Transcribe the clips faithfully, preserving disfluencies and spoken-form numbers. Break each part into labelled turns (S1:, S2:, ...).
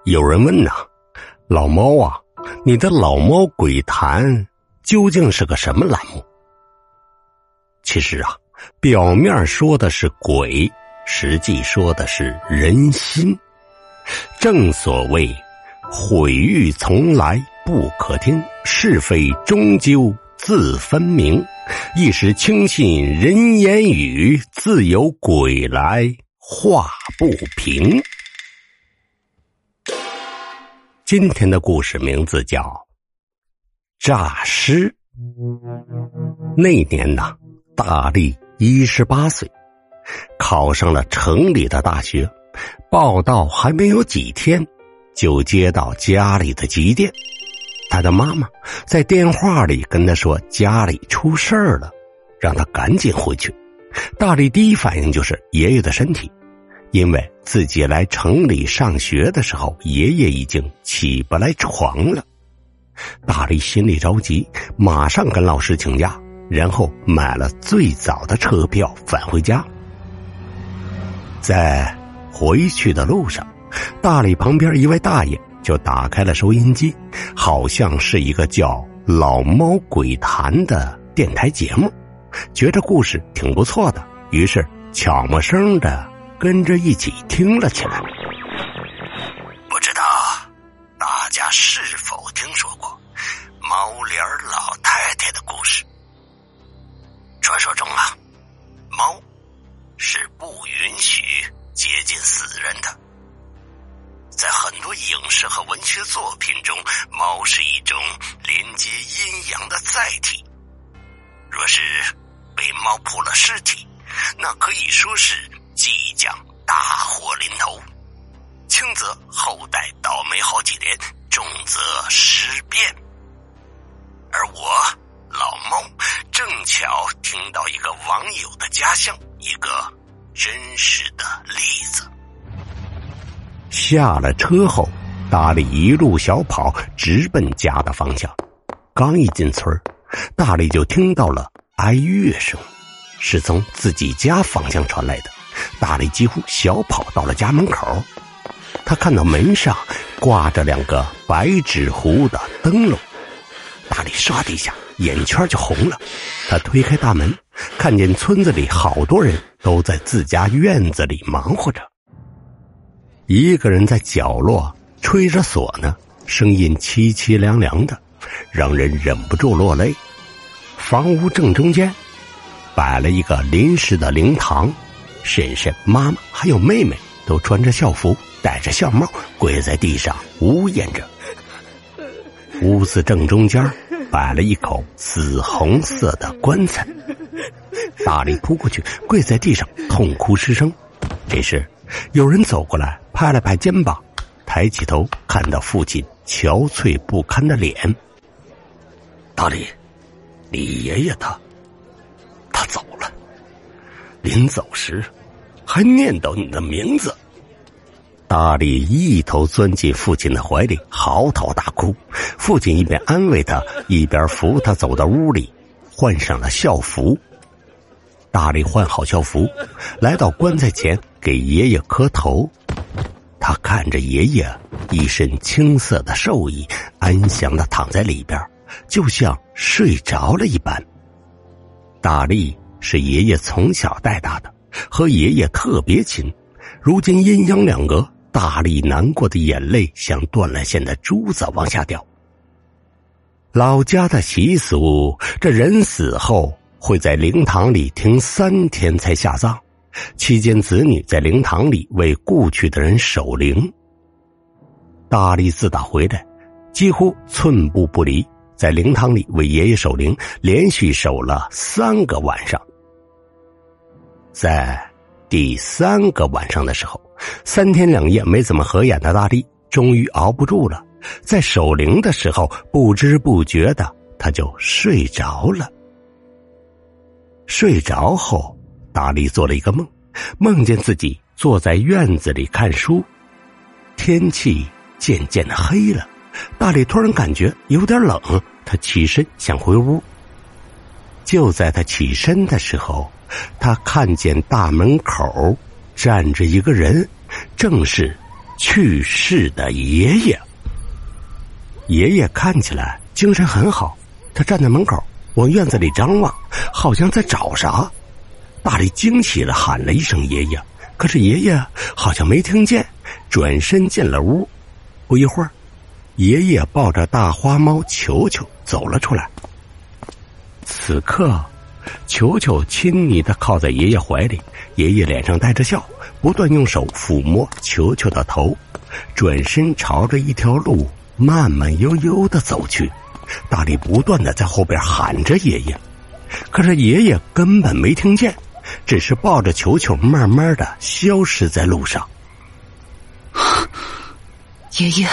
S1: 有人问呐、啊，老猫啊，你的老猫鬼谈究竟是个什么栏目？其实啊，表面说的是鬼，实际说的是人心。正所谓毁誉从来不可听，是非终究自分明。一时轻信人言语，自有鬼来话不平。今天的故事名字叫诈尸。那年呢，大力一十八岁，考上了城里的大学。报到还没有几天，就接到家里的急电。他的妈妈在电话里跟他说家里出事儿了，让他赶紧回去。大力第一反应就是爷爷的身体，因为自己来城里上学的时候，爷爷已经起不来床了。大力心里着急，马上跟老师请假，然后买了最早的车票返回家。在回去的路上，大力旁边一位大爷就打开了收音机，好像是一个叫老猫鬼谈的电台节目，觉得故事挺不错的，于是悄没声的跟着一起听了起来。不知道大家是否听说过猫脸老太太的故事？传说中啊，猫是不允许接近死人的。在很多影视和文学作品中，猫是一种连接阴阳的载体。若是被猫扑了尸体，那可以说是即将大祸临头，轻则后代倒霉好几年，重则尸变。而我老猫正巧听到一个网友的家乡一个真实的例子。下了车后，大力一路小跑直奔家的方向。刚一进村，大力就听到了哀乐声，是从自己家方向传来的。大力几乎小跑到了家门口，他看到门上挂着两个白纸糊的灯笼，大力唰的一下眼圈就红了。他推开大门，看见村子里好多人都在自家院子里忙活着。一个人在角落吹着唢呐，声音凄凄凉凉的，让人忍不住落泪。房屋正中间摆了一个临时的灵堂，婶婶、妈妈还有妹妹都穿着校服，戴着校帽，跪在地上呜咽着。屋子正中间摆了一口紫红色的棺材，大力扑过去，跪在地上痛哭失声。这时有人走过来，拍了拍肩膀，抬起头看到父亲憔悴不堪的脸。大力，你爷爷他他走了，临走时还念叨你的名字。大力一头钻进父亲的怀里，嚎啕大哭。父亲一边安慰他，一边扶他走到屋里，换上了校服。大力换好校服，来到棺材前给爷爷磕头。他看着爷爷一身青色的寿衣，安详地躺在里边，就像睡着了一般。大力是爷爷从小带大的，和爷爷特别亲。如今阴阳两隔，大力难过的眼泪像断了线的珠子往下掉。老家的习俗，这人死后会在灵堂里停三天才下葬，期间子女在灵堂里为故去的人守灵。大力自打回来，几乎寸步不离，在灵堂里为爷爷守灵，连续守了三个晚上。在第三个晚上的时候，三天两夜没怎么合眼的大力终于熬不住了，在守灵的时候，不知不觉的他就睡着了。睡着后，大力做了一个梦，梦见自己坐在院子里看书。天气渐渐的黑了，大力突然感觉有点冷，他起身想回屋。就在他起身的时候，他看见大门口站着一个人，正是去世的爷爷。爷爷看起来精神很好，他站在门口往院子里张望，好像在找啥。大力惊喜地喊了一声爷爷，可是爷爷好像没听见，转身进了屋。不一会儿，爷爷抱着大花猫球球走了出来。此刻球球亲昵地靠在爷爷怀里，爷爷脸上带着笑，不断用手抚摸球球的头，转身朝着一条路慢慢悠悠地走去。大力不断地在后边喊着爷爷，可是爷爷根本没听见，只是抱着球球慢慢地消失在路上。
S2: 爷爷，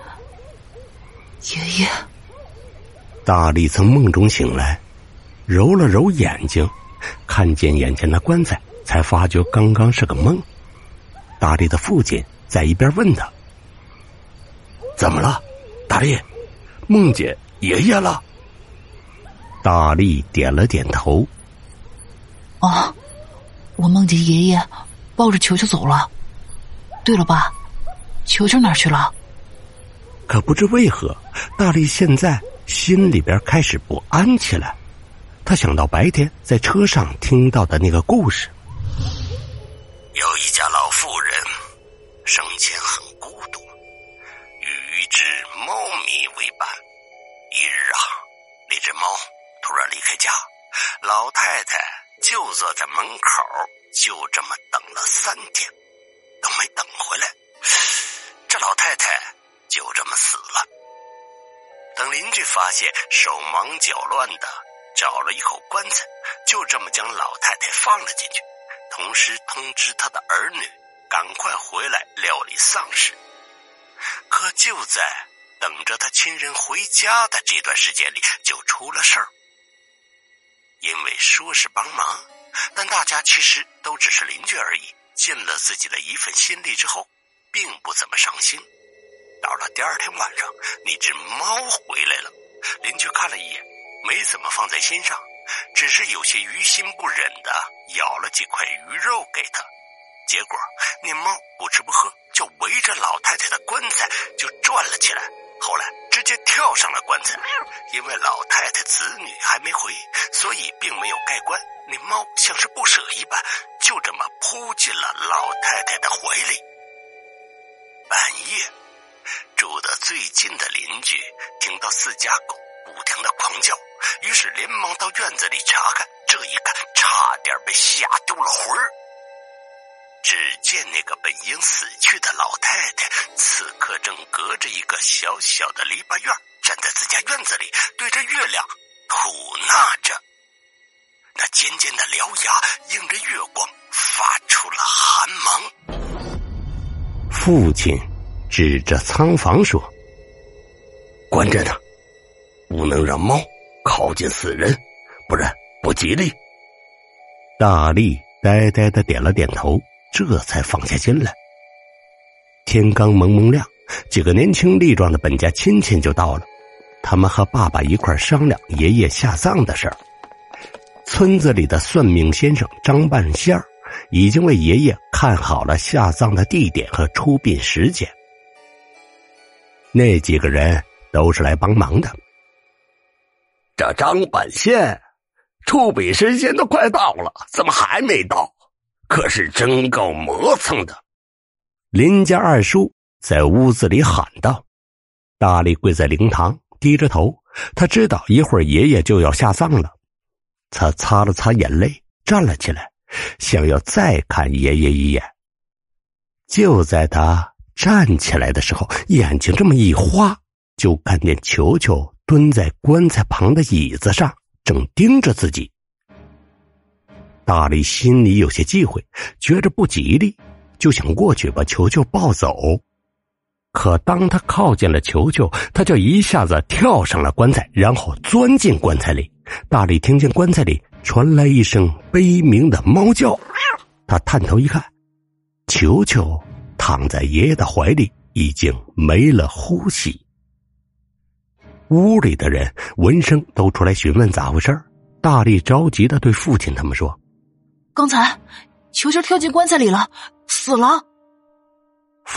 S2: 爷爷。
S1: 大力从梦中醒来，揉了揉眼睛，看见眼前的棺材，才发觉刚刚是个梦。大力的父亲在一边问他：怎么了，大力？梦见爷爷了？大力点了点头。
S2: 哦，我梦见爷爷抱着球球走了。对了爸，球球哪儿去了？
S1: 可不知为何，大力现在心里边开始不安起来。他想到白天在车上听到的那个故事，有一家老妇人生前很孤独，与一只猫咪为伴。一日啊，那只猫突然离开家，老太太就坐在门口，就这么等了三天都没等回来，这老太太就这么死了。等邻居发现，手忙脚乱的找了一口棺材，就这么将老太太放了进去，同时通知他的儿女赶快回来料理丧事。可就在等着他亲人回家的这段时间里，就出了事儿。因为说是帮忙，但大家其实都只是邻居而已，尽了自己的一份心力之后，并不怎么上心。到了第二天晚上，那只猫回来了，邻居看了一眼，没怎么放在心上，只是有些于心不忍的咬了几块鱼肉给他。结果那猫不吃不喝，就围着老太太的棺材就转了起来，后来直接跳上了棺材。因为老太太子女还没回，所以并没有盖棺，那猫像是不舍一般，就这么扑进了老太太的怀里。半夜，住得最近的邻居听到自家狗不停的狂叫，于是连忙到院子里查看，这一看差点被吓丢了魂儿。只见那个本应死去的老太太，此刻正隔着一个小小的篱笆院，站在自家院子里，对着月亮吐纳着。那尖尖的獠牙映着月光，发出了寒芒。父亲指着仓房说：关着呢，不能让猫靠近死人，不然不吉利。大力呆呆地点了点头，这才放下心来。天刚蒙蒙亮，几个年轻力壮的本家亲戚就到了，他们和爸爸一块商量爷爷下葬的事儿。村子里的算命先生张半仙儿已经为爷爷看好了下葬的地点和出殡时间。那几个人都是来帮忙的。这张半仙，出殡时间都快到了，怎么还没到？可是真够磨蹭的。林家二叔在屋子里喊道。大力跪在灵堂，低着头，他知道一会儿爷爷就要下葬了。他擦了擦眼泪，站了起来，想要再看爷爷一眼。就在他站起来的时候，眼睛这么一花，就看见球球蹲在棺材旁的椅子上，正盯着自己。大力心里有些忌讳，觉着不吉利，就想过去把球球抱走。可当他靠近了球球，他就一下子跳上了棺材，然后钻进棺材里。大力听见棺材里传来一声悲鸣的猫叫，他探头一看，球球躺在爷爷的怀里，已经没了呼吸。屋里的人闻声都出来询问咋回事。大力着急地对父亲他们说：刚才球球跳进棺材里了，死了。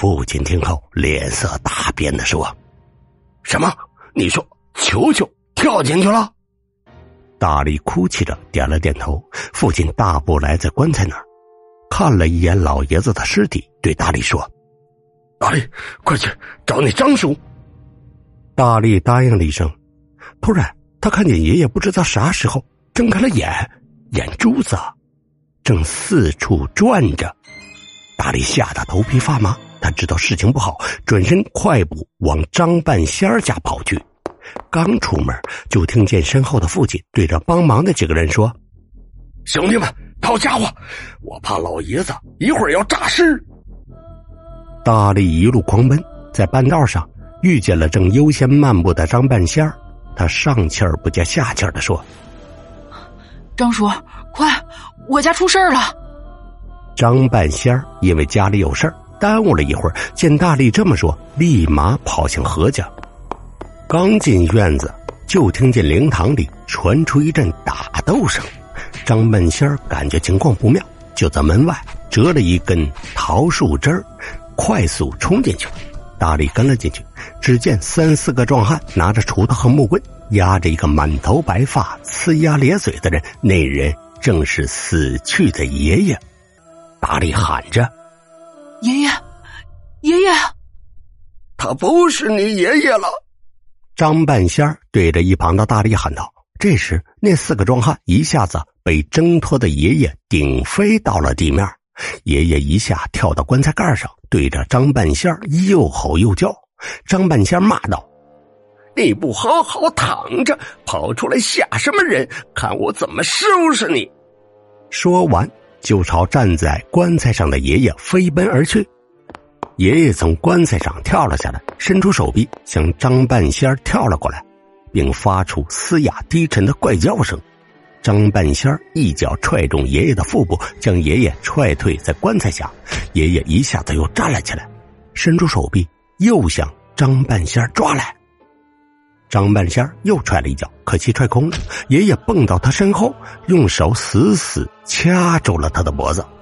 S1: 父亲听后脸色大变的说：“什么？你说球球跳进去了？”大力哭泣着点了点头。父亲大步来在棺材那儿，看了一眼老爷子的尸体，对大力说：“大力，快去找你张叔。”大力答应了一声。突然他看见爷爷不知道啥时候睁开了眼，眼珠子正四处转着。大力吓得头皮发麻，他知道事情不好，转身快步往张半仙儿家跑去。刚出门就听见身后的父亲对着帮忙的几个人说：“兄弟们，好家伙，我怕老爷子一会儿要诈尸。”大力一路狂奔，在半道上遇见了正悠闲漫步的张半仙儿。他上气儿不接下气儿地说：“
S2: 张叔，快，我家出事儿了。”
S1: 张半仙儿因为家里有事儿耽误了一会儿，见大力这么说，立马跑向何家。刚进院子，就听见灵堂里传出一阵打斗声。张半仙儿感觉情况不妙，就在门外折了一根桃树枝儿，快速冲进去。大力跟了进去，只见三四个壮汉拿着锄头和木棍，压着一个满头白发呲牙咧嘴的人，那人正是死去的爷爷。大力喊着：“
S2: 爷爷，爷爷！”
S1: 他不是你爷爷了。张半仙儿对着一旁的大力喊道。这时那四个壮汉一下子被挣脱的爷爷顶飞到了地面，爷爷一下跳到棺材盖上，对着张半仙儿又吼又叫。张半仙儿骂道：“你不好好躺着，跑出来吓什么人？看我怎么收拾你！”说完就朝站在棺材上的爷爷飞奔而去。爷爷从棺材上跳了下来，伸出手臂向张半仙儿跳了过来，并发出嘶哑低沉的怪叫声。张半仙儿一脚踹中爷爷的腹部，将爷爷踹退在棺材下。爷爷一下子又站了起来，伸出手臂又向张半仙儿抓来。张半仙儿又踹了一脚，可惜踹空了。爷爷蹦到他身后，用手死死掐住了他的脖子。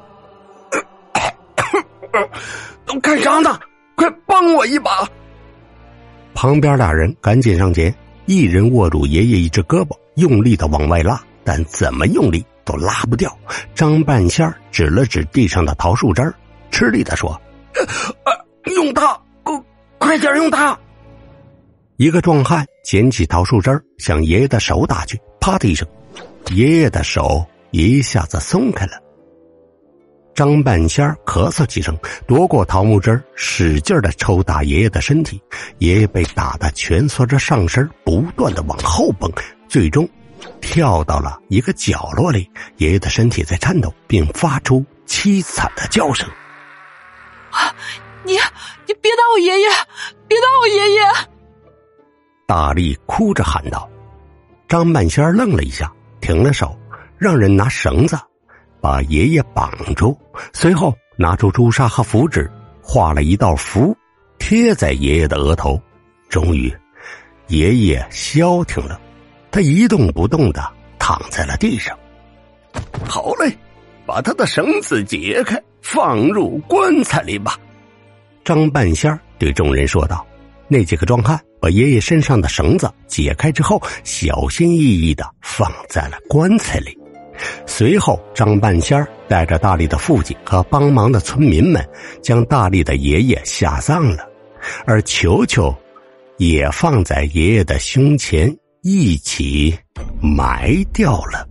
S1: 都干啥呢？快帮我一把！旁边俩人赶紧上前，一人握住爷爷一只胳膊，用力的往外拉，但怎么用力都拉不掉。张半仙儿指了指地上的桃树枝儿，吃力的说：“呃，用它，快点用它！”一个壮汉捡起桃树枝儿向爷爷的手打去，啪的一声，爷爷的手一下子松开了。张半仙儿咳嗽几声，夺过桃木枝儿，使劲的抽打爷爷的身体。爷爷被打得蜷缩着上身，不断的往后蹦，最终跳到了一个角落里。爷爷的身体在颤抖，并发出凄惨的叫声。
S2: 啊！你你别打我爷爷，别打我爷爷！
S1: 大力哭着喊道。张半仙儿愣了一下，停了手，让人拿绳子把爷爷绑住，随后拿出朱砂和符纸，画了一道符，贴在爷爷的额头。终于爷爷消停了，他一动不动地躺在了地上。好嘞，把他的绳子解开，放入棺材里吧。张半仙儿对众人说道。那几个壮汉把爷爷身上的绳子解开之后，小心翼翼地放在了棺材里。随后张半仙儿带着大力的父亲和帮忙的村民们将大力的爷爷下葬了，而球球也放在爷爷的胸前一起埋掉了。